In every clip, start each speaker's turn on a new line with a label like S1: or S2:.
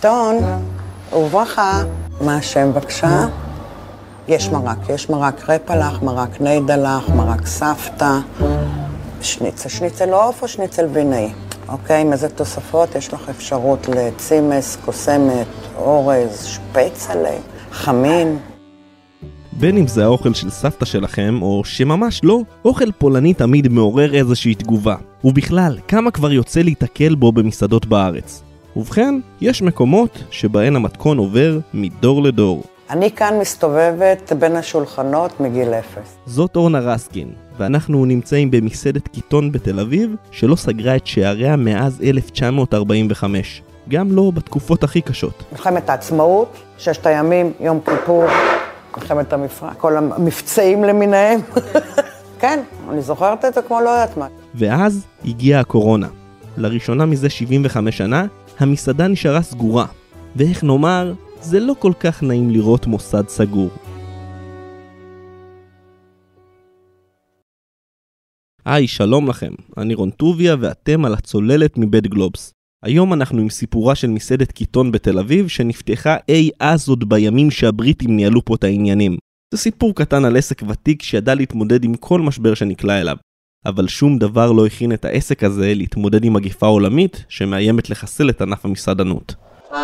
S1: קיטון וברכה. מה השם בבקשה? יש מרק רפלח, מרק נידלח, מרק סבתא, שניצל עוף או שניצל וינאי. אוקיי, עם איזה תוספות יש לך אפשרות לצימס, קוסמת, אורז, שפייצלה, חמין.
S2: בין אם זה האוכל של סבתא שלכם, או שממש לא, אוכל פולני תמיד מעורר איזושהי תגובה. ובכלל, כמה כבר יוצא להתקל בו במסעדות בארץ. ובכן, יש מקומות שבהן המתכון עובר מדור לדור.
S1: אני כאן מסתובבת בין השולחנות מגיל 0.
S2: זאת אורנה רסקין, ואנחנו נמצאים במסעדת קיטון בתל אביב, שלא סגרה את שעריה מאז 1945. גם לא בתקופות הכי קשות.
S1: מלחמת העצמאות, 6 הימים, יום כיפור, מלחמת המפרץ, כל המבצעים למיניהם. כן, אני זוכרת את זה כמו לא יודעת מה.
S2: ואז הגיעה הקורונה. לראשונה מזה 75 שנה, המסעדה נשארה סגורה. ואיך נאמר, זה לא כל כך נעים לראות מוסד סגור. היי, שלום לכם. אני רון טוביה ואתם על הצוללת מבית גלובס. היום אנחנו עם סיפורה של מסעדת קיטון בתל אביב שנפתחה אי אז עוד בימים שהבריטים ניהלו פה את העניינים. זה סיפור קטן על עסק ותיק שידע להתמודד עם כל משבר שנקלע אליו. אבל שום דבר לא הכין את העסק הזה להתמודד עם מגיפה עולמית שמאיימת לחסל את ענף המסעדנות.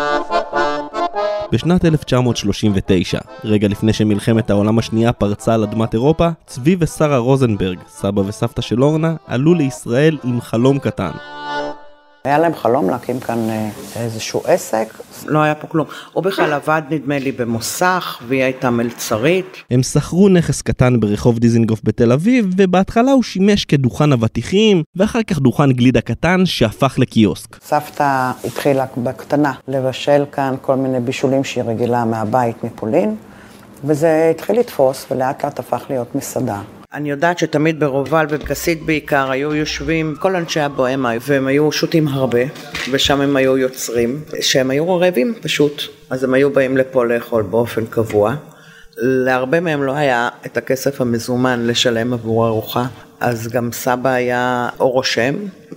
S2: בשנת 1939, רגע לפני שמלחמת העולם השנייה פרצה על אדמת אירופה, צבי ושרה רוזנברג, סבא וסבתא של אורנה, עלו לישראל עם חלום קטן.
S1: היה להם חלום להקים כאן איזשהו עסק, לא היה פה כלום. הוא בכלל עבד נדמה לי במוסך, והיא הייתה מלצרית.
S2: הם שכרו נכס קטן ברחוב דיזינגוף בתל אביב, ובהתחלה הוא שימש כדוכן אבטיחים, ואחר כך דוכן גלידה קטן שהפך לקיוסק.
S1: סבתא התחילה בקטנה לבשל כאן כל מיני בישולים שהיא רגילה מהבית מפולין, וזה התחיל לתפוס ולאט לאט הפך להיות מסעדה. אני יודעת שתמיד ברובל ובקסית בעיקר היו יושבים כל אנשי הבוהמה, והם היו שותים הרבה, ושם הם היו יוצרים, שהם היו רעבים פשוט, אז הם היו באים לפה לאכול באופן קבוע. להרבה מהם לא היה את הכסף המזומן לשלם עבור ארוחה, אז גם סבא היה או רושם,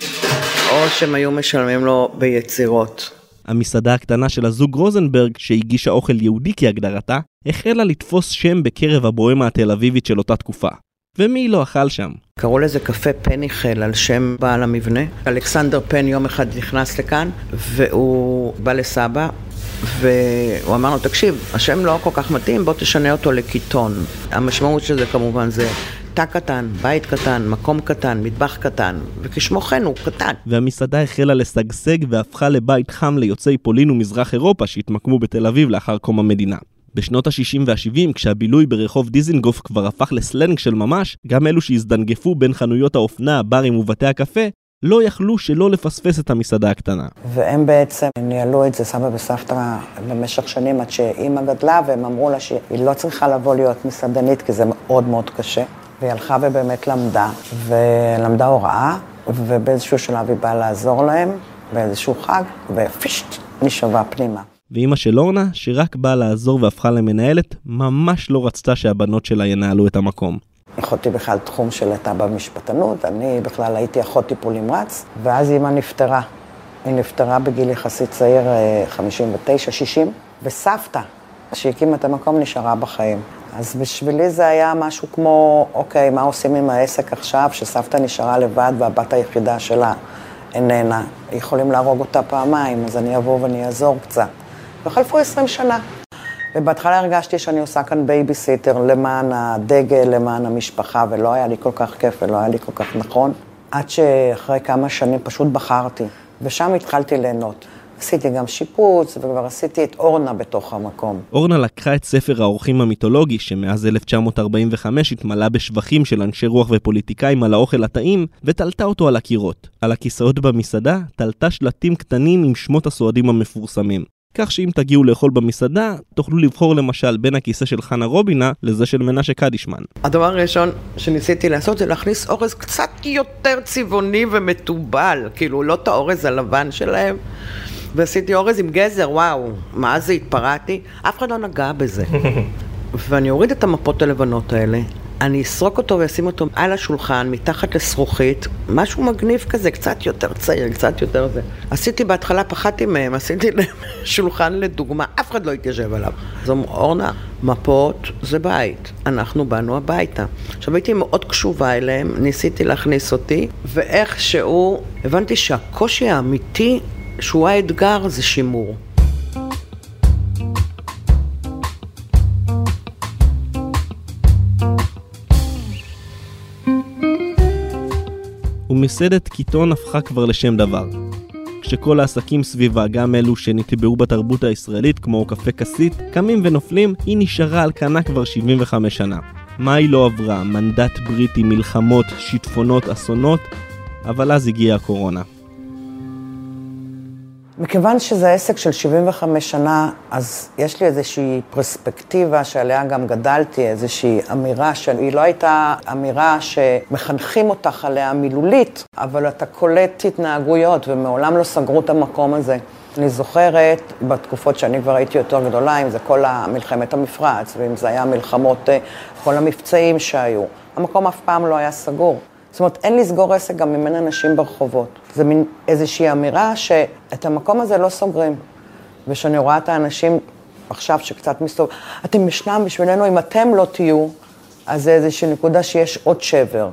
S1: או שהם היו משלמים לו ביצירות.
S2: המסעדה הקטנה של הזוג רוזנברג, שהגישה אוכל יהודי כהגדרתה, החלה לתפוס שם בקרב הבוהמה התל אביבית של אותה תקופה. ומי לא אכל שם?
S1: קראו לזה קפה פניחל על שם בעל המבנה. אלכסנדר פן יום אחד נכנס לכאן, והוא בא לסבא, והוא אמר לו, תקשיב, השם לא כל כך מתאים, בוא תשנה אותו לקיטון. המשמעות של זה כמובן זה תא קטן, בית קטן, מקום קטן, מטבח קטן, וכשמו כן הוא קטן.
S2: והמסעדה החלה לשגשג והפכה לבית חם ליוצאי פולין ומזרח אירופה שהתמקמו בתל אביב לאחר קום המדינה. בשנות ה-60 וה-70, כשהבילוי ברחוב דיזינגוף כבר הפך לסלנג של ממש, גם אלו שהזדנגפו בין חנויות האופנה, הברים ובתי הקפה, לא יכלו שלא לפספס את המסעדה הקטנה.
S1: והם בעצם ניהלו את זה, סבא וסבתא, במשך שנים עד שאימא גדלה, והם אמרו לה שהיא לא צריכה לבוא להיות מסעדנית, כי זה מאוד מאוד קשה. והיא הלכה ובאמת למדה, ולמדה הוראה, ובאיזשהו שלב היא באה לעזור להם, באיזשהו חג, ופישט, נשאבה פנימה.
S2: ואמא של אורנה, שרק באה לעזור והפכה למנהלת, ממש לא רצתה שהבנות שלה ינהלו את המקום.
S1: אחותי בכלל תחום של הייתה במשפטנות, אני בכלל הייתי אחות טיפול נמרץ, ואז אמא נפטרה. היא נפטרה בגיל יחסית צעיר 59-60, וסבתא, שהקימה את המקום, נשארה בחיים. אז בשבילי זה היה משהו כמו, אוקיי, מה עושים עם העסק עכשיו, שסבתא נשארה לבד והבת היחידה שלה איננה. יכולים להרוג אותה פעמיים, אז אני אבוא ואני אעזור קצת. וחלפו 20 שנה. ובהתחלה הרגשתי שאני עושה כאן בייביסיטר למען הדגל, למען המשפחה, ולא היה לי כל כך כיף ולא היה לי כל כך נכון. עד שאחרי כמה שנים פשוט בחרתי, ושם התחלתי ליהנות. עשיתי גם שיפוץ, וכבר עשיתי את אורנה בתוך המקום.
S2: אורנה לקחה את ספר האורחים המיתולוגי, שמאז 1945 התמלא בשבחים של אנשי רוח ופוליטיקאים על האוכל הטעים, ותלתה אותו על הקירות. על הכיסאות במסעדה תלתה שלטים קטנים עם שמות הסועדים המפורסמים. כך שאם תגיעו לאכול במסעדה, תוכלו לבחור למשל בין הכיסא של חנה רובינה לזה של מנשה קדישמן.
S1: הדבר הראשון שניסיתי לעשות זה להכניס אורז קצת יותר צבעוני ומטובל, כאילו לא את האורז הלבן שלהם. ועשיתי אורז עם גזר, וואו, מה זה התפרעתי? אף אחד לא נגע בזה. ואני אוריד את המפות הלבנות האלה, אני אסרוק אותו ואשים אותו על השולחן, מתחת לסרוכית, משהו מגניב כזה, קצת יותר צעיר, קצת יותר זה. עשיתי בהתחלה, פחדתי מהם, עשיתי להם שולחן לדוגמה, אף אחד לא התיישב עליו. אז אורנה, מפות זה בית, אנחנו באנו הביתה. עכשיו הייתי מאוד קשובה אליהם, ניסיתי להכניס אותי, ואיכשהו הבנתי שהקושי האמיתי, שהוא האתגר, זה שימור.
S2: ומסעדת קיטון הפכה כבר לשם דבר. כשכל העסקים סביבה, גם אלו שנטבעו בתרבות הישראלית כמו קפה כסית, קמים ונופלים, היא נשארה על כנה כבר 75 שנה. מה היא לא עברה? מנדט בריטי, מלחמות, שיטפונות, אסונות, אבל אז הגיעה הקורונה.
S1: מכיוון שזה עסק של 75 שנה, אז יש לי איזושהי פרספקטיבה שעליה גם גדלתי, איזושהי אמירה שהיא לא הייתה אמירה שמחנכים אותך עליה מילולית, אבל אתה קולט התנהגויות ומעולם לא סגרו את המקום הזה. אני זוכרת בתקופות שאני כבר הייתי יותר גדולה, אם זה כל מלחמת המפרץ, ואם זה היה מלחמות, כל המבצעים שהיו. המקום אף פעם לא היה סגור. זאת אומרת, אין לסגור עסק גם ממין אנשים ברחובות. זה מין איזושהי אמירה שאת המקום הזה לא סוגרים. ושאני רואה את האנשים עכשיו שקצת מסתובב, אתם משנם בשבילנו, אם אתם לא תהיו, אז זה איזושהי נקודה שיש עוד שבר.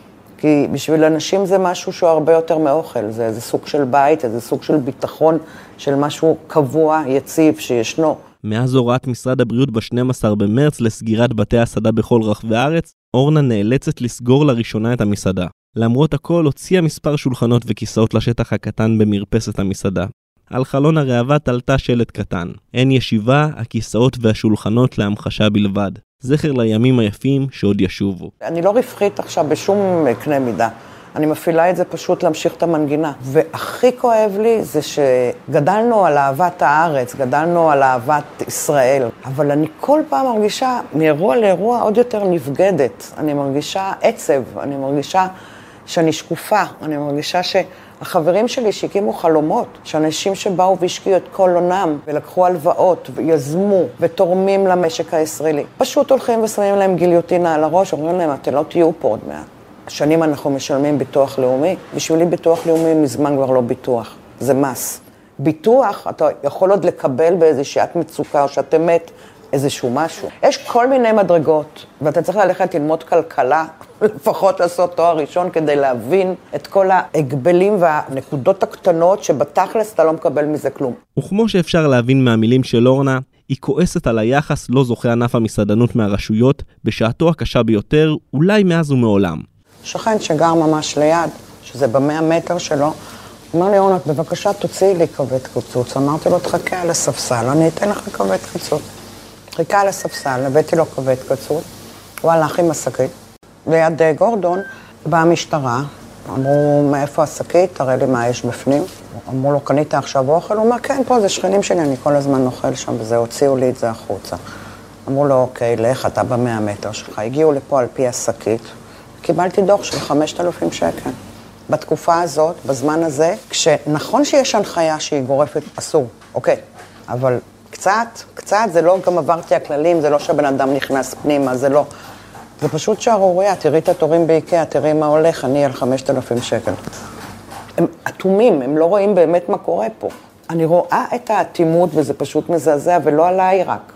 S1: כי בשביל אנשים זה משהו שהוא הרבה יותר מאוכל. זה איזה סוג של בית, איזה סוג של ביטחון, של משהו קבוע, יציב, שישנו.
S2: מאז הוראת משרד הבריאות ב-12 במרץ לסגירת בתי הסעדה בכל רחבי הארץ, אורנה נאלצת לסגור לראשונה את המסעדה. למרות הכל, הוציאה מספר שולחנות וכיסאות לשטח הקטן במרפסת המסעדה. על חלון הראווה תלתה שלט קטן. אין ישיבה, הכיסאות והשולחנות להמחשה בלבד. זכר לימים היפים שעוד ישובו.
S1: אני לא רווחית עכשיו בשום קנה מידה. אני מפעילה את זה פשוט להמשיך את המנגינה. והכי כואב לי זה שגדלנו על אהבת הארץ, גדלנו על אהבת ישראל. אבל אני כל פעם מרגישה מאירוע לאירוע עוד יותר נבגדת. אני מרגישה עצב, אני מרגישה שאני שקופה, אני מרגישה שהחברים שלי שהקימו חלומות, שאנשים שבאו והשקיעו את כל עונם ולקחו הלוואות ויזמו ותורמים למשק הישראלי. פשוט הולכים ושמים להם גיליוטינה על הראש, אומרים להם, אתם לא תהיו פה עוד מעט. שנים אנחנו משלמים ביטוח לאומי, בשבילי ביטוח לאומי מזמן כבר לא ביטוח, זה מס. ביטוח אתה יכול עוד לקבל באיזו שעת מצוקה או שאתה מת איזשהו משהו. יש כל מיני מדרגות, ואתה צריך ללכת ללמוד כלכלה, לפחות לעשות תואר ראשון כדי להבין את כל ההגבלים והנקודות הקטנות שבתכלס אתה לא מקבל מזה כלום.
S2: וכמו שאפשר להבין מהמילים של אורנה, היא כועסת על היחס לא זוכה ענף המסעדנות מהרשויות, בשעתו הקשה ביותר, אולי מאז ומעולם.
S1: שכן שגר ממש ליד, שזה ב100 מטר שלו, אומר לי, אורנה, בבקשה תוציאי לי כבד קיצוץ. אמרתי לו, תחכה על הספסל, אני אתן לך כבד קיצוץ. חיכה על הספסל, הבאתי לו כבד קיצוץ, הוא הלך עם השקית. ליד גורדון באה המשטרה, אמרו, מאיפה השקית? תראה לי מה יש בפנים. אמרו לו, קנית עכשיו אוכל? הוא אומר, כן, פה זה שכנים שלי, אני כל הזמן אוכל שם, וזה הוציאו לי את זה החוצה. אמרו לו, אוקיי, לך, אתה ב100 מטר שלך. הגיעו לפה על פי השקית, קיבלתי דוח של 5,000 שקל. בתקופה הזאת, בזמן הזה, כשנכון שיש הנחיה שהיא גורפת, אסור, אוקיי, אבל קצת, זה לא גם עברתי הכללים, זה לא שהבן אדם נכנס פנימה, זה לא. זה פשוט שערוריה, תראי את התורים באיקאה, תראי מה הולך, אני על 5,000 שקל. הם אטומים, הם לא רואים באמת מה קורה פה. אני רואה את האטימות וזה פשוט מזעזע, ולא עליי רק.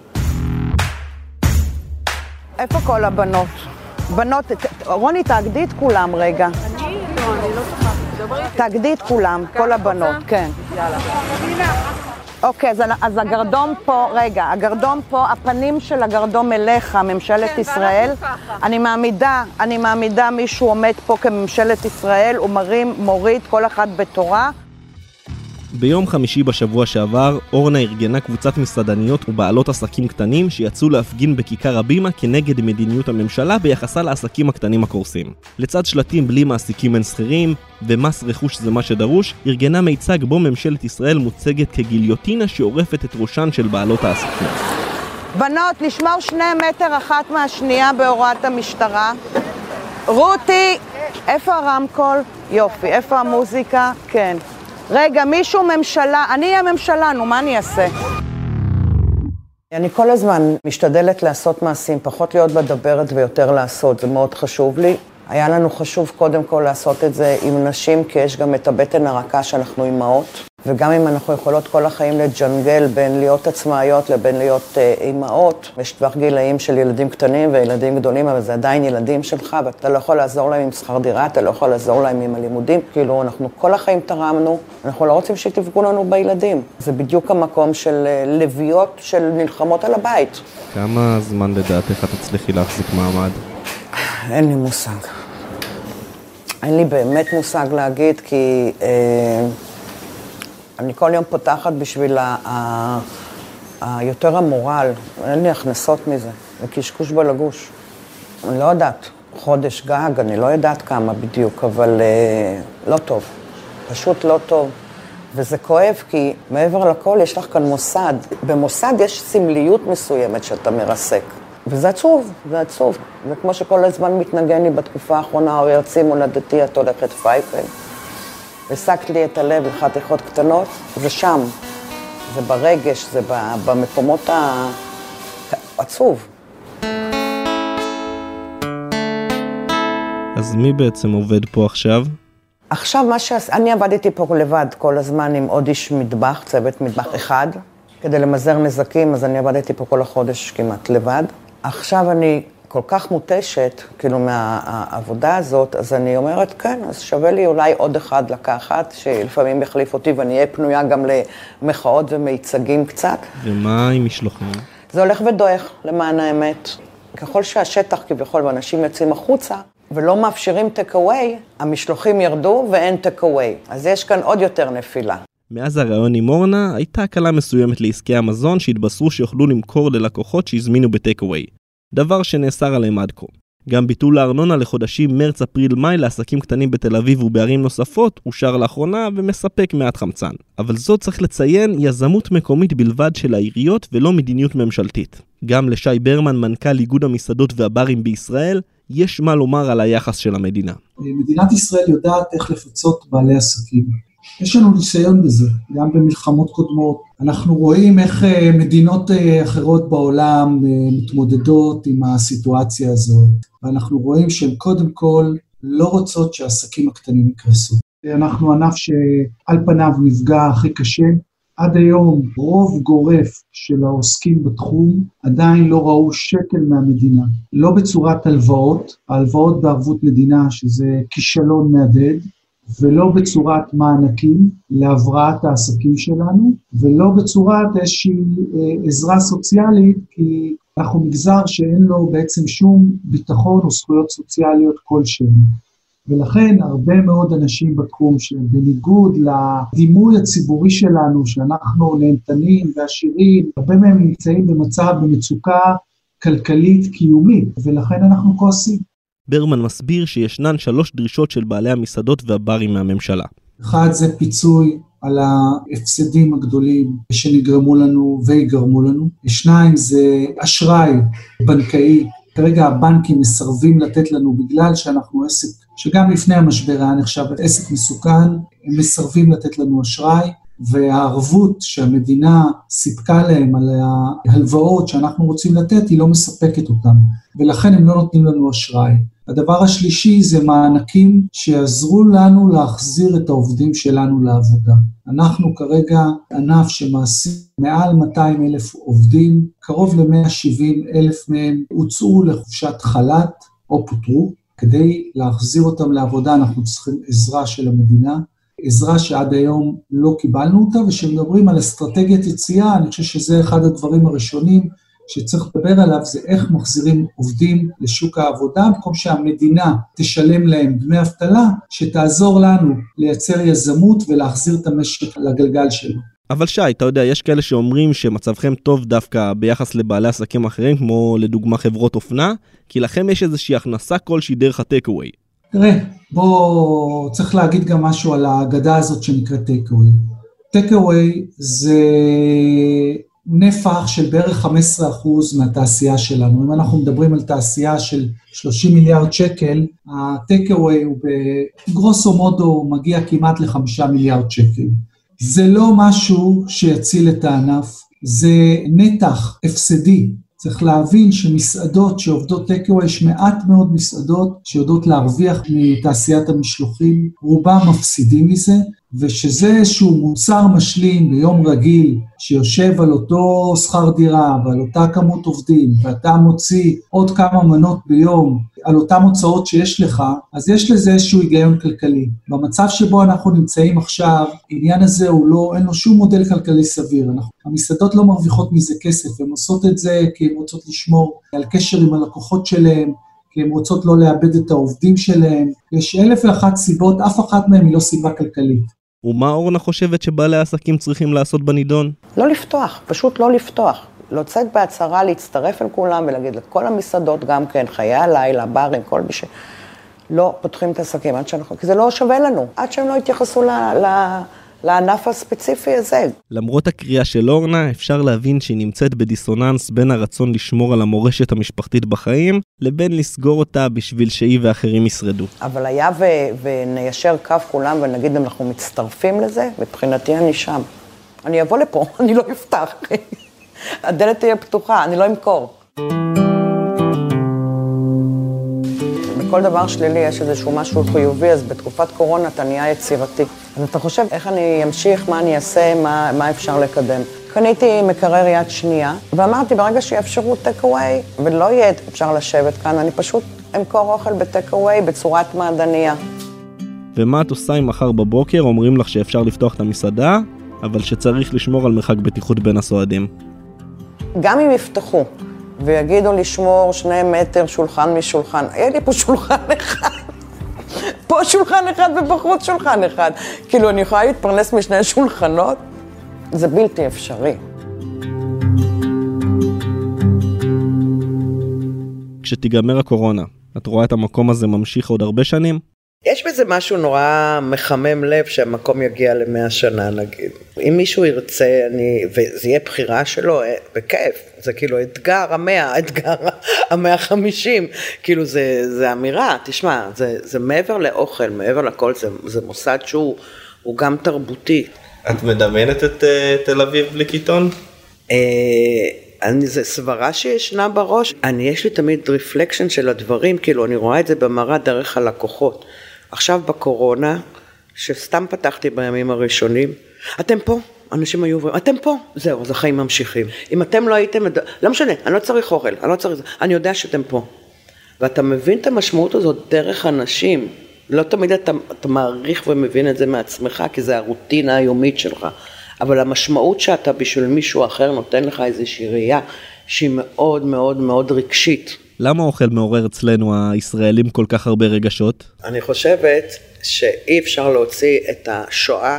S1: איפה כל הבנות? בנות, רוני, תאגדי את כולם רגע.
S3: אני לא צריכה.
S1: תאגדי את כולם, כל הבנות, כן.
S3: יאללה.
S1: אוקיי, אז הגרדום פה, רגע, הגרדום פה, הפנים של הגרדום אליך, ממשלת ישראל. אני מעמידה מישהו עומד פה כממשלת ישראל, הוא מוריד כל אחד בתורה.
S2: ביום חמישי בשבוע שעבר, אורנה ארגנה קבוצת מסעדניות ובעלות עסקים קטנים שיצאו להפגין בכיכר הבימה כנגד מדיניות הממשלה ביחסה לעסקים הקטנים הקורסים. לצד שלטים בלי מעסיקים אין שכירים ומס רכוש זה מה שדרוש, ארגנה מיצג בו ממשלת ישראל מוצגת כגיליוטינה שעורפת את ראשן של בעלות העסקים.
S1: בנות, לשמור 2 מטר אחת מהשנייה בהוראת המשטרה. רותי, איפה הרמקול? יופי, איפה המוזיקה? כן. רגע, מישהו ממשלה, אני אהיה ממשלה, נו, מה אני אעשה? אני כל הזמן משתדלת לעשות מעשים, פחות להיות בדברת ויותר לעשות, זה מאוד חשוב לי. היה לנו חשוב קודם כל לעשות את זה עם נשים, כי יש גם את הבטן הרכה שאנחנו אימהות, וגם אם אנחנו יכולות כל החיים לג'נגל בין להיות עצמאיות לבין להיות אימהות, יש טווח גילאים של ילדים קטנים וילדים גדולים, אבל זה עדיין ילדים שלך, ואתה לא יכול לעזור להם עם שכר דירה, אתה לא יכול לעזור להם עם הלימודים, כאילו אנחנו כל החיים תרמנו, אנחנו לא רוצים שתפגעו לנו בילדים. זה בדיוק המקום של לוויות של נלחמות על הבית.
S2: כמה זמן לדעתך את תצליחי להחזיק מעמד?
S1: אין לי מושג. אין לי באמת מושג להגיד, כי אני כל יום פותחת בשביל יותר המורל. אין לי הכנסות מזה, זה קשקוש בלגוש. אני לא יודעת, חודש גג, אני לא יודעת כמה בדיוק, אבל לא טוב. פשוט לא טוב. וזה כואב, כי מעבר לכל יש לך כאן מוסד. במוסד יש סמליות מסוימת שאתה מרסק. וזה עצוב, זה עצוב. זה כמו שכל הזמן מתנגן לי בתקופה האחרונה, או ארצי מולדתי, את הולכת פייפל. הסקת לי את הלב לחתיכות קטנות, זה שם. זה ברגש, זה במקומות העצוב.
S2: אז מי בעצם עובד פה עכשיו?
S1: עכשיו אני עבדתי פה לבד כל הזמן עם עוד איש מטבח, צוות מטבח אחד. כדי למזער נזקים, אז אני עבדתי פה כל החודש כמעט לבד. עכשיו אני כל כך מוטשת, כאילו מהעבודה הזאת, אז אני אומרת, כן, אז שווה לי אולי עוד אחד לקחת, שלפעמים יחליף אותי ואני אהיה פנויה גם למחאות ומיצגים קצת.
S2: ומה עם משלוחים?
S1: זה הולך ודועך, למען האמת. ככל שהשטח כביכול ואנשים יוצאים החוצה, ולא מאפשרים טק-אווי, המשלוחים ירדו ואין טק-אווי. אז יש כאן עוד יותר נפילה.
S2: מאז הרעיון עם אורנה, הייתה הקלה מסוימת לעסקי המזון שהתבשרו שיוכלו למכור ללקוחות שהזמינו בטק-אווי. דבר שנאסר עליהם עד כה. גם ביטול הארנונה לחודשים מרץ, אפריל, מאי לעסקים קטנים בתל אביב ובערים נוספות אושר לאחרונה ומספק מעט חמצן. אבל זאת צריך לציין יזמות מקומית בלבד של העיריות ולא מדיניות ממשלתית. גם לשי ברמן, מנכ"ל איגוד המסעדות והברים בישראל, יש מה לומר על היחס של המדינה.
S4: מדינת ישראל יודעת איך לפצות בעלי עסקים. יש לנו ניסיון בזה, גם במלחמות קודמות. אנחנו רואים איך מדינות אחרות בעולם מתמודדות עם הסיטואציה הזאת, ואנחנו רואים שהן קודם כל לא רוצות שהעסקים הקטנים יקרסו. אנחנו ענף שעל פניו נפגע הכי קשה. עד היום רוב גורף של העוסקים בתחום עדיין לא ראו שקל מהמדינה. לא בצורת הלוואות, ההלוואות בערבות מדינה שזה כישלון מהדהד, ולא בצורת מענקים להבראת העסקים שלנו, ולא בצורת איזושהי עזרה סוציאלית, כי אנחנו מגזר שאין לו בעצם שום ביטחון או זכויות סוציאליות כלשהן. ולכן הרבה מאוד אנשים בתחום שבניגוד לדימוי הציבורי שלנו, שאנחנו נהנתנים ועשירים, הרבה מהם נמצאים במצוקה כלכלית קיומית, ולכן אנחנו כועסים.
S2: ברמן מסביר שישנן 3 דרישות של בעלי המסעדות והברים מהממשלה.
S4: אחד זה פיצוי על ההפסדים הגדולים שנגרמו לנו ויגרמו לנו. 2 זה אשראי בנקאי. כרגע הבנקים מסרבים לתת לנו בגלל שאנחנו עסק, שגם לפני המשבר היה נחשב עסק מסוכן, הם מסרבים לתת לנו אשראי, והערבות שהמדינה סיפקה להם על ההלוואות שאנחנו רוצים לתת, היא לא מספקת אותם, ולכן הם לא נותנים לנו אשראי. הדבר השלישי זה מענקים שיעזרו לנו להחזיר את העובדים שלנו לעבודה. אנחנו כרגע ענף שמעסיק מעל 200,000 עובדים, קרוב ל-170,000 מהם הוצאו לחופשת חל"ת או פוטרו. כדי להחזיר אותם לעבודה אנחנו צריכים עזרה של המדינה, עזרה שעד היום לא קיבלנו אותה, ושמדברים על אסטרטגיית יציאה, אני חושב שזה אחד הדברים הראשונים שצריך לדבר עליו, זה איך מחזירים עובדים לשוק העבודה, במקום שהמדינה תשלם להם דמי אבטלה, שתעזור לנו לייצר יזמות ולהחזיר את המשק לגלגל שלו.
S2: אבל שי, אתה יודע, יש כאלה שאומרים שמצבכם טוב דווקא ביחס לבעלי עסקים אחרים, כמו לדוגמה חברות אופנה, כי לכם יש איזושהי הכנסה כלשהי דרך הטייק-אווי.
S4: תראה, צריך להגיד גם משהו על האגדה הזאת שנקראת טייק-אווי. טייק-אווי זה נפח של בערך 15% מהתעשייה שלנו. אם אנחנו מדברים על תעשייה של 30 מיליארד שקל, הטייק-אווי הוא בגרוסו מודו מגיע כמעט ל5 מיליארד שקל. זה לא משהו שיציל את הענף, זה נתח הפסדי. צריך להבין שמסעדות שעובדות טקאווי, יש מעט מאוד מסעדות שיודעות להרוויח מתעשיית המשלוחים, רובם מפסידים מזה, ושזה איזשהו מוצר משלים ביום רגיל, שיושב על אותו שכר דירה ועל אותה כמות עובדים, ואתה מוציא עוד כמה מנות ביום על אותם הוצאות שיש לך, אז יש לזה איזשהו היגיון כלכלי. במצב שבו אנחנו נמצאים עכשיו, העניין הזה אין לו שום מודל כלכלי סביר. המסעדות לא מרוויחות מזה כסף, הן עושות את זה כי הן רוצות לשמור על קשר עם הלקוחות שלהם, כי הן רוצות לא לאבד את העובדים שלהם. יש 1,001 סיבות, אף אחת מהן היא לא סיבה כלכלית.
S2: ומה אורנה חושבת שבעלי העסקים צריכים לעשות בנידון?
S1: לא לפתוח, פשוט לא לפתוח. לצאת בהצהרה, להצטרף אל כולם ולהגיד לכל המסעדות גם כן, חיי הלילה, ברים, כל מי שלא פותחים את העסקים, כי זה לא שווה לנו, עד שהם לא יתייחסו לענף הספציפי הזה.
S2: למרות הקריאה של אורנה, אפשר להבין שהיא נמצאת בדיסוננס בין הרצון לשמור על המורשת המשפחתית בחיים, לבין לסגור אותה בשביל שהיא ואחרים ישרדו.
S1: אבל היה וניישר קו כולם ונגיד אנחנו מצטרפים לזה, מבחינתי אני שם. אני אבוא לפה, אני לא אפתח. הדלת תהיה פתוחה, אני לא אמכור. בכל דבר שלילי יש איזשהו משהו חיובי, אז בתקופת קורונה אתה נהיה יצירתי. אז אתה חושב איך אני אמשיך, מה אני אעשה, מה אפשר לקדם. קניתי מקרר יד שנייה, ואמרתי ברגע שיאפשרו טק-אווי, ולא יהיה אפשר לשבת כאן, אני פשוט אמכור אוכל בטק-אווי בצורת מעדניה.
S2: ומה את עושה אם מחר בבוקר אומרים לך שאפשר לפתוח את המסעדה, אבל שצריך לשמור על מרחק בטיחות בין הסועדים?
S1: גם אם יפתחו ויגידו לשמור 2 מטר שולחן משולחן, יהיה לי פה שולחן אחד, פה שולחן אחד ובחוץ שולחן אחד. כאילו אני יכולה להתפרנס משני שולחנות? זה בלתי אפשרי.
S2: כשתיגמר הקורונה, את רואה את המקום הזה ממשיך עוד הרבה שנים?
S1: יש בזה משהו נורא מחמם לב שהמקום יגיע ל100 שנה נגיד. אם מישהו ירצה, וזה יהיה בחירה שלו, בכיף. זה כאילו אתגר 100, אתגר 150. כאילו זה אמירה, תשמע, זה מעבר לאוכל, מעבר לכל, זה מוסד שהוא גם תרבותי.
S2: את מדמיינת את תל אביב בלי קיטון?
S1: זה סברה שישנה בראש. יש לי תמיד רפלקשן של הדברים, כאילו אני רואה את זה במראה דרך הלקוחות. עכשיו בקורונה, שסתם פתחתי בימים הראשונים, אתם פה, אנשים היו אומרים, אתם פה, זהו, אז החיים ממשיכים. אם אתם לא הייתם, לא משנה, אני לא צריך אוכל, אני יודע שאתם פה. ואתה מבין את המשמעות הזאת דרך אנשים, לא תמיד אתה מעריך ומבין את זה מעצמך, כי זה הרוטינה היומית שלך. אבל המשמעות שאתה בשביל מישהו אחר נותן לך איזושהי ראייה שהיא מאוד מאוד מאוד רגשית.
S2: למה האוכל מעורר אצלנו הישראלים כל כך הרבה רגשות?
S1: אני חושבת שאי אפשר להוציא את השואה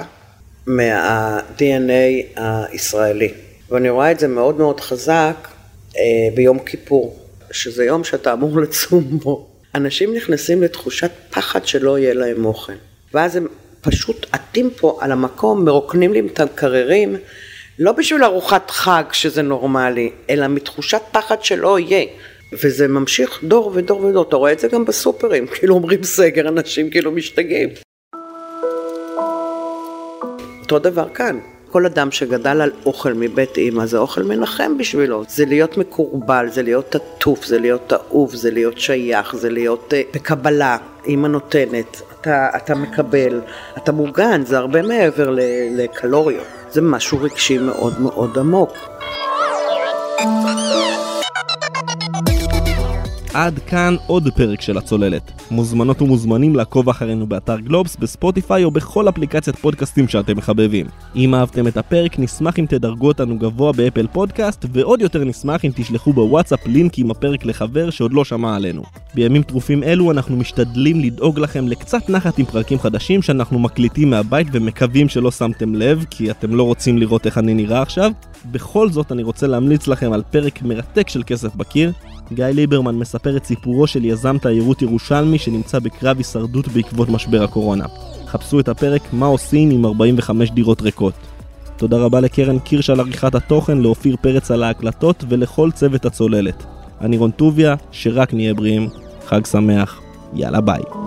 S1: מה-DNA הישראלי. ואני רואה את זה מאוד מאוד חזק ביום כיפור, שזה יום שאתה אמור לצום בו. אנשים נכנסים לתחושת פחד שלא יהיה להם אוכל. ואז הם פשוט עטים פה על המקום, מרוקנים לי את המקררים, לא בשביל ארוחת חג שזה נורמלי, אלא מתחושת פחד שלא יהיה. וזה ממשיך דור ודור ודור, אתה רואה את זה גם בסופרים, כאילו אומרים סגר, אנשים כאילו משתגעים. אותו דבר כאן, כל אדם שגדל על אוכל מבית אמא, זה אוכל מנחם בשבילו, זה להיות מקורבל, זה להיות עטוף, זה להיות אהוב, זה להיות שייך, זה להיות בקבלה, אמא נותנת, אתה מקבל, אתה מוגן, זה הרבה מעבר לקלוריות, זה משהו רגשי מאוד מאוד עמוק.
S2: עד כאן עוד פרק של הצוללת. מוזמנות ומוזמנים לעקוב אחרינו באתר גלובס, בספוטיפיי או בכל אפליקציית פודקאסטים שאתם מחבבים. אם אהבתם את הפרק, נשמח אם תדרגו אותנו גבוה באפל פודקאסט, ועוד יותר נשמח אם תשלחו בוואטסאפ לינק עם הפרק לחבר שעוד לא שמע עלינו. בימים טרופים אלו אנחנו משתדלים לדאוג לכם לקצת נחת עם פרקים חדשים שאנחנו מקליטים מהבית ומקווים שלא שמתם לב, כי אתם לא רוצים לראות איך אני נראה עכשיו. בכל זאת אני רוצה להמליץ לכם על פרק מרתק של כסף בקיר. גיא ליברמן מספר את סיפורו של יזם תיירות ירושלמי שנמצא בקרב הישרדות בעקבות משבר הקורונה. חפשו את הפרק מה עושים עם 45 דירות ריקות. תודה רבה לקרן קירש על עריכת התוכן, לאופיר פרץ על ההקלטות ולכל צוות הצוללת. אני רון טוביה, שרק נהיה בריאים, חג שמח, יאללה ביי.